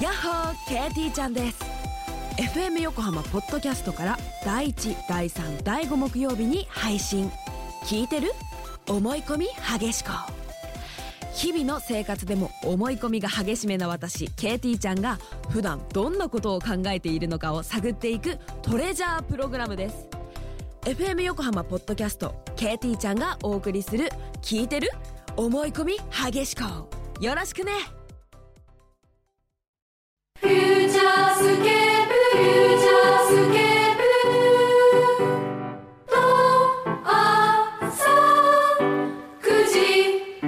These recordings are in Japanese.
やっほー、KT ちゃんです。 FM 横浜ポッドキャストから第1、第3、第5木曜日に配信。聞いてる？思い込み激しこ。日々の生活でも思い込みが激しめな私 KT ちゃんが普段どんなことを考えているのかを探っていくトレジャープログラムです。 FM 横浜ポッドキャスト KT ちゃんがお送りする聞いてる？思い込み激しこ。よろしくね。 フューチャースケープ、フューチャースケープと朝9時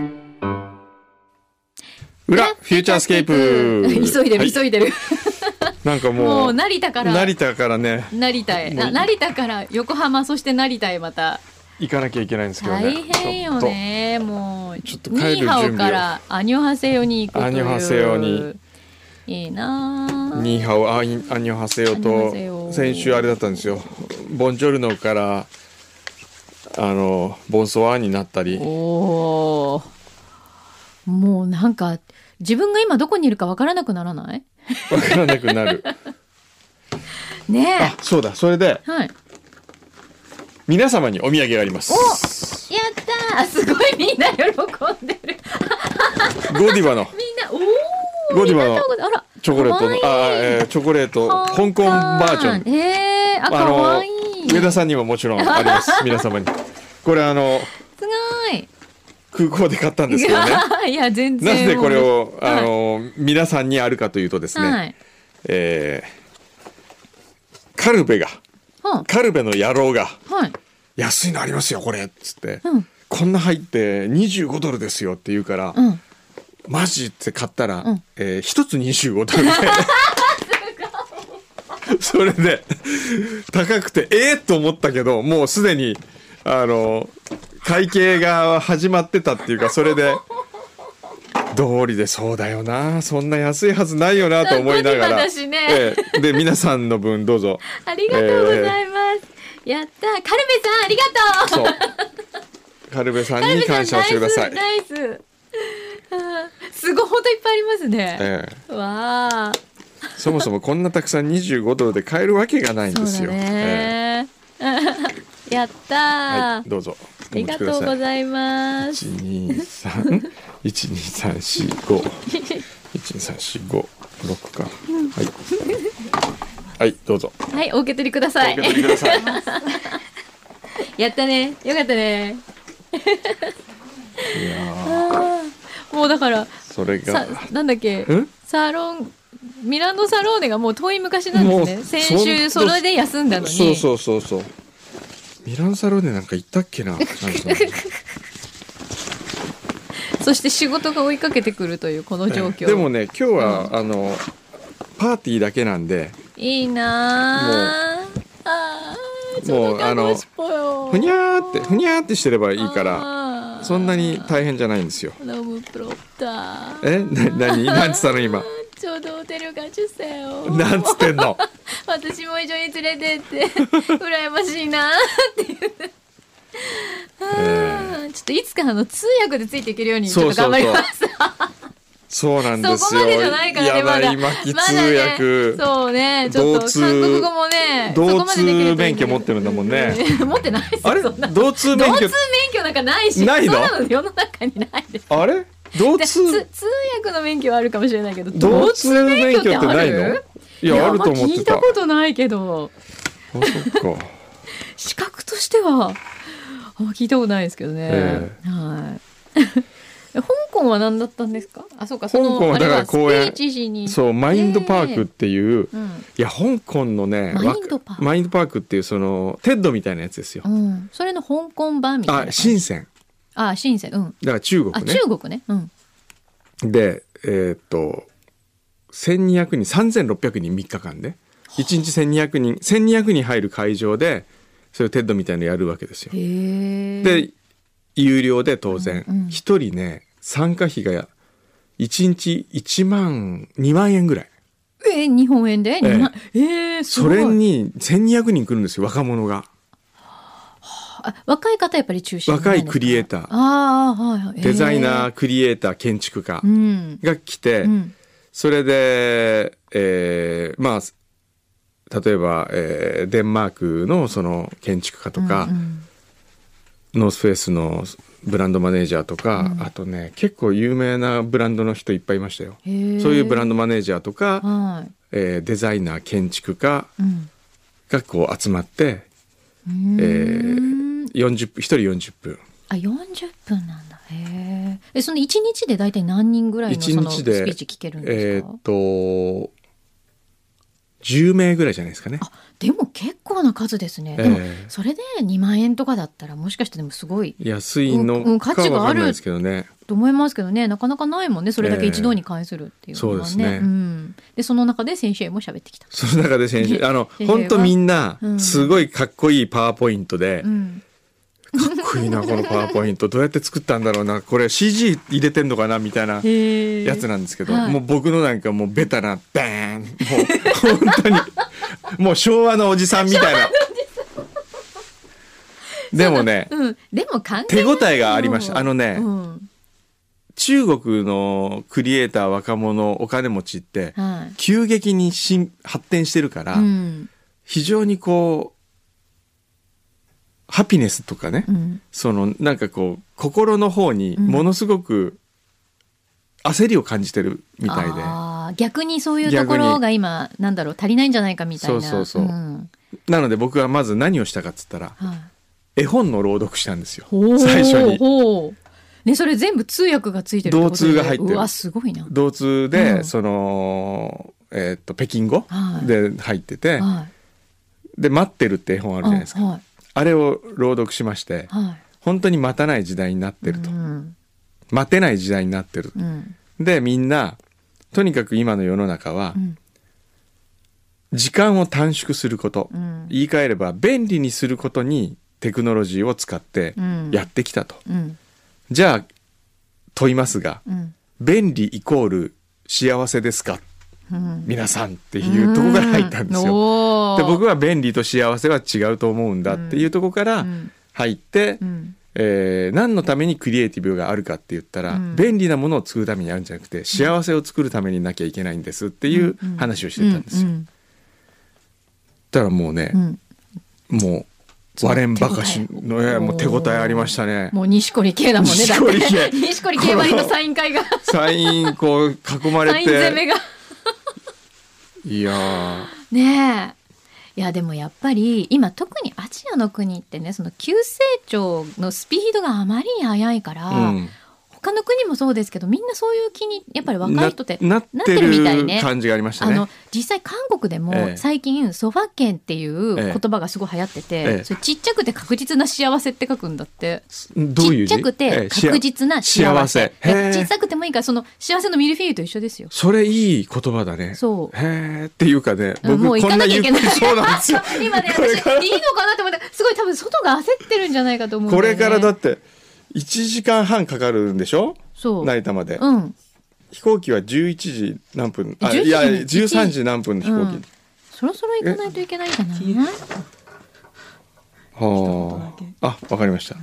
裏フューチャースケープ急いでる、急いでるなんかもう成田からね成田へ、成田から横浜、そして成田へまた行かなきゃいけないんですけどね。 大変よね。もうちょっと帰る準備を。 ニーハオからアニョハセヨに行くという。 アニョハセヨにいいなぁ。 ニーハオアニョハセヨと先週あれだったんですよ。ボンジョルノからボンソワーになったり。 おー、もうなんか自分が今どこにいるかわからなくならない？ わからなくなるねえ。 あ、そうだ。それで、 はい、 皆様にお土産があります。 お、やったー。すごいみんな喜んでるゴディバのみんな、 ゴディバのあら、 チョコレートのチョコレート香港バージョン。 かわいい。 上田さんにももちろんあります皆様に。これすごい空港で買ったんですけどね。 いや全然。 なぜこれを皆さんにあるかというとですね、 はい、 カルベの野郎が、 はい、 安いのありますよこれっつって、 うん、 こんな入って25ドルですよって言うから、 うん、 マジって買ったら、 うん、 一つ25ドルでそれで高くてと思ったけど、もうすでに会計が始まってたっていうか、それで道理でそうだよな、そんな安いはずないよなと思いながら、 ね、 で皆さんの分どうぞ。 ありがとうございます、やったー。カルベさんありがとう。 そうカルベさんに感謝をしてください。 ナイスすごい、本当いっぱいありますね、わー。 そもそもこんなたくさん25ドルで買えるわけがないんですよ。 そうだね、やったー、 はい、どうぞ。 ありがとうございます。 123 12345 12345 6か、はいはい、どうぞ。 はい、お受け取りください。 お受け取りくださいやったね、よかったね。 いやもうだからそれがなんだっけ、ミラノサローネがもう遠い昔なんですね。先週それで休んだのに。 そうミラノサローネなんか行ったっけなそして仕事が追いかけてくるというこの状況。 でもね、今日は、パーティーだけなんでいいなー。もうふにゃーってしてればいいから、そんなに大変じゃないんですよ。 ノムプロプター。 なんつったの今。 ちょうどホテルが受精を。 なんつってんの。 私も一緒に連れてって羨ましいなっていうちょっといつか通訳でついていけるようにちょっと頑張ります。 そうなんですよ。 そこまでじゃないからね、まだ。 巻き通訳、 ね、そうね、ちょっと韓国語もね、 同通免許持ってるんだもんね。 持ってないですよ。 あれ？同通免許なんかないし、 ないの？ そんなの世の中にないです。 あれ？通訳の免許はあるかもしれないけど、 同通免許ってないの？いや、あると思ってた。 聞いたことないけど。 そっか。 資格としてはあんま聞いたことないですけどね。はい。香港は何だったんですか？あ、そうか。 香港はだから公園、そうマインドパークっていう、いや香港のね、マインドパークっていうそのテッドみたいなやつですよ。 それの香港版みたいな。 深セン。 深セン。だから中国ね。 中国ね。 で、1200人、3600人3日間で、1日1200人入る会場で、それをテッドみたいなのやるわけですよ。で、有料で当然、1人ね、参加費が1日2万円ぐらい。 日本円で2万、すごい。 それに1200人来るんですよ、若者が。 若い方やっぱり中心なんですか？ 若いクリエイター、デザイナー、クリエイター、建築家が来て、 それで、まあ例えば、デンマークのその建築家とか、ノースフェイスのブランドマネージャーとか、あとね結構有名なブランドの人いっぱいいましたよ。そういうブランドマネージャーとか、デザイナー建築家がこう集まって、1人40分。 あ、40分なんだ。その1日で大体何人ぐらいのそのスピーチ聞けるんですか ？10名ぐらいじゃないですかね。 あ、でも結構な数ですね。でもそれで2万円とかだったらもしかしてでもすごい安いのかは分かんないですけどね。 と思いますけどね、なかなかないもんね、それだけ一堂に会するっていうのはね。そうですね。でその中で先生も喋ってきた。 その中で先生本当みんなすごいかっこいいパワーポイントで、かっこいいなこのパワーポイントどうやって作ったんだろうな、これ CG 入れてんのかなみたいなやつなんですけど、もう僕のなんかもうベタなバーン、もう本当にもう昭和のおじさんみたいなでもね、 でも手応えがありました。中国のクリエイター若者お金持ちって急激に発展してるから、非常にこうハピネスとかね、そのなんかこう心の方にものすごく焦りを感じてるみたいで、 逆にそういうところが今なんだろう足りないんじゃないかみたいな。 そう、なので僕はまず何をしたかっつったら、絵本の朗読したんですよ最初に。 ね、それ全部通訳がついてるってことで。 同通が入ってる。 うわすごいな。 同通で、その北京語で入ってて、で待ってるって絵本あるじゃないですか。あれを朗読しまして、本当に待たない時代になってると、待てない時代になってる、でみんなとにかく今の世の中は、時間を短縮すること、言い換えれば便利にすることにテクノロジーを使ってやってきたと、じゃあ問いますが、便利イコール幸せですか、皆さんっていうところから入ったんですよ。で僕は便利と幸せは違うと思うんだっていうところから入って、何のためにクリエイティブがあるかって言ったら、便利なものを作るためにあるんじゃなくて幸せを作るためになきゃいけないんですっていう話をしてたんですよ。だからもうね、もう割れんばかしのもう手応えありましたね。 もう錦織圭だもんね。だって錦織圭割りのサイン会がサインこう囲まれてサイン攻めがいやねえ、いやでもやっぱり今特にアジアの国ってね、その急成長のスピードがあまりに速いから、他の国もそうですけどみんなそういう気にやっぱり若い人ってなってるみたいね。 感じがありましたね。 実際韓国でも最近ソファ券っていう言葉がすごい流行ってて、それちっちゃくて確実な幸せって書くんだって。 どういう字？ ちっちゃくて確実な幸せ。小さくてもいいからその幸せのミルフィーユと一緒ですよ。 それいい言葉だね。 そうへーっていうかね、僕もう行かなきゃいけない。 そうなんですよ今ね私いいのかなって思ってすごい多分外が焦ってるんじゃないかと思うんだよね。 これからだって1時間半かかるんでしょ。 そう成田まで、飛行機は11時何分、いや13時何分の飛行機、 そろそろ行かないといけないかな。 はあ、わかりました。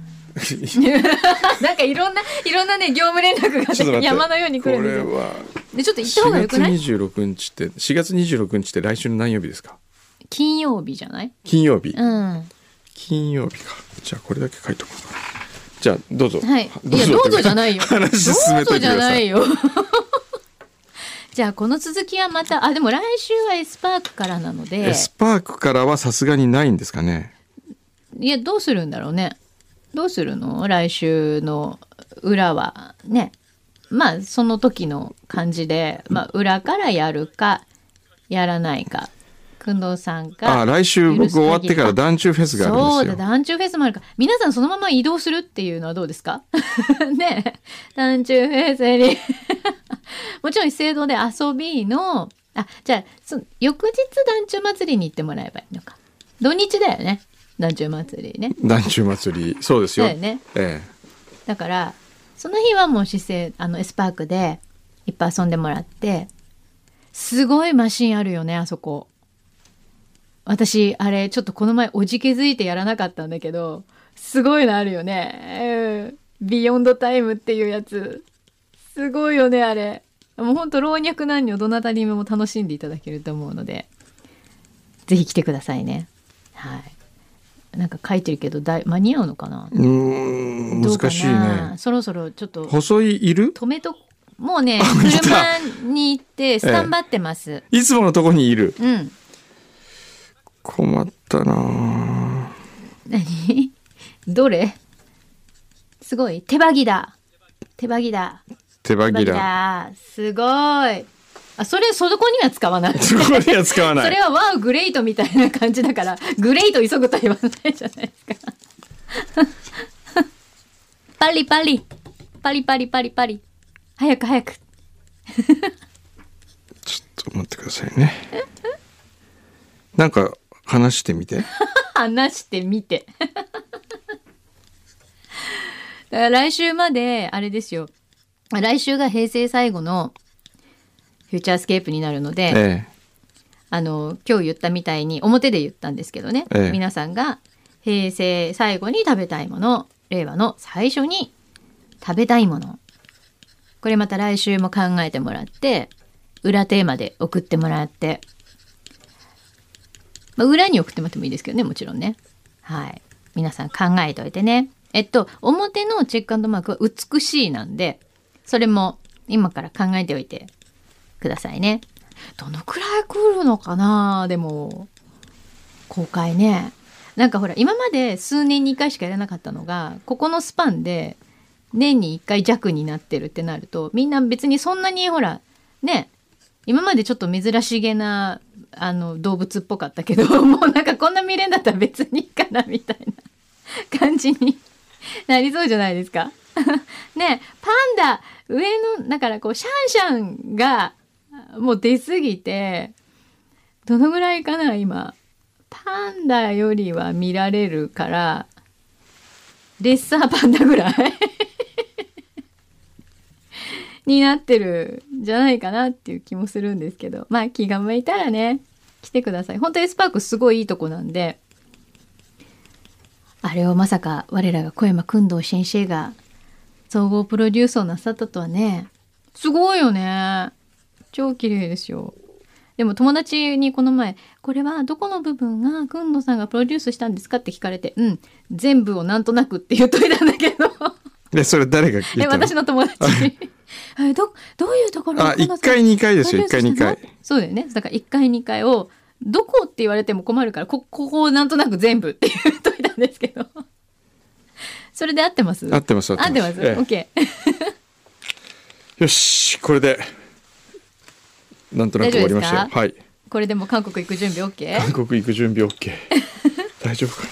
なんかいろんなね業務連絡が、ね、山のように来るんですよ。 これはでちょっと行った方がよくない ？4月26日って来週の何曜日ですか？ 金曜日じゃない？ 金曜日、金曜日か。じゃあこれだけ書いとこうかな。じゃあどうぞ。 はい。いやどうぞじゃないよ。 話進めてください。 どうぞじゃないよ。じゃあこの続きはまたでも来週はエスパークからなので。 エスパークからはさすがにないんですかね。 いやどうするんだろうね。どうするの？来週の裏はね。まあその時の感じで、裏からやるかやらないか。工藤さんが来週僕終わってから団中フェスがあるんですよ。 そうだ、団中フェスもあるから皆さんそのまま移動するっていうのはどうですか？ね、団中フェスにもちろん資生堂で遊びのじゃあ翌日団中祭りに行ってもらえばいいのか。土日だよね、団中祭りね。 団中祭りそうですよ。 だよね。だからその日はもうエスパークでいっぱい遊んでもらって、すごいマシンあるよねあそこ。私あれちょっとこの前おじけづいてやらなかったんだけど、すごいのあるよね。ビヨンドタイムっていうやつすごいよねあれ。 もう本当老若男女どなたにも楽しんでいただけると思うので、ぜひ来てくださいね。はい。なんか書いてるけど間に合うのかな。 難しいね。 そろそろちょっと細いる？ 止めともうね車に行ってスタンバってます。 いつものとこにいる。 うん。 困ったな。 何？どれ？すごい手羽木だ。手羽木だ。 手羽木だ。 すごい。あ、そこには使わない。 そこには使わない。 それはワウグレイトみたいな感じだから、グレイト急ぐと言わないじゃないですか。パリパリパリパリパリパリ、早く早く。 ちょっと待ってくださいね。なんか話してみて。 話してみて。だから来週まであれですよ。来週が平成最後のフューチャースケープになるので、今日言ったみたいに表で言ったんですけどね、皆さんが平成最後に食べたいもの、令和の最初に食べたいもの、これまた来週も考えてもらって、裏テーマで送ってもらって、裏に送ってもらってもいいですけどね、もちろんね。はい。皆さん考えておいてね。表のチェック&マークは美しいなんで、それも今から考えておいてくださいね。どのくらい来るのかな。でも公開ね、なんかほら今まで数年に1回しかやらなかったのが、ここのスパンで年に1回弱になってるってなると、みんな別にそんなにほらね、今までちょっと珍しげな動物っぽかったけど、もうなんかこんな見れんだったら別にいいかなみたいな感じになりそうじゃないですか。ね、パンダ上のだからこうシャンシャンがもう出過ぎて、どのぐらいかな今、パンダよりは見られるから、レッサーパンダぐらいになってるんじゃないかなっていう気もするんですけど、まあ気が向いたらね来てください。本当エスパークすごいいいとこなんで、あれをまさか我らが小山薫堂先生が総合プロデュースをなさったとはね。すごいよね。超綺麗ですよ。でも友達にこの前、これはどこの部分が薫堂さんがプロデュースしたんですかって聞かれて、全部をなんとなくって言っといたんだけど。 でそれ誰が聞いたの？ 私の友達に。どういうところ？ 1回2回ですよ。1回2回。 そうだよね。だから1回2回をどこって言われても困るから、ここをなんとなく全部って言っといたんですけど。それで合ってます？ 合ってます。 合ってます。OK。 よし、これでなんとなく終わりましたよ。はい。 これでも韓国行く準備 OK？ 韓国行く準備 OK。大丈夫か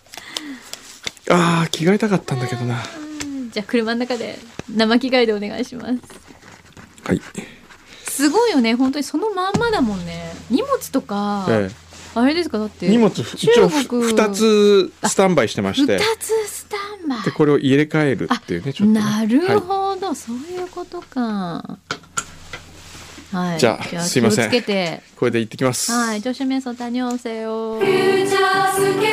な。着替えたかったんだけどな。 じゃあ車の中で生着替えでお願いします。 はい。 すごいよね、本当にそのまんまだもんね。荷物とか、あれですか、だって荷物一応2つスタンバイしてまして、 2つスタンバイでこれを入れ替えるっていうね、ちょっとね。 なるほど、そういうことか。はい。 じゃあすいません。 気をつけて。 これで行ってきます。 はい。조심해서 다녀오세요。 フューチャースケ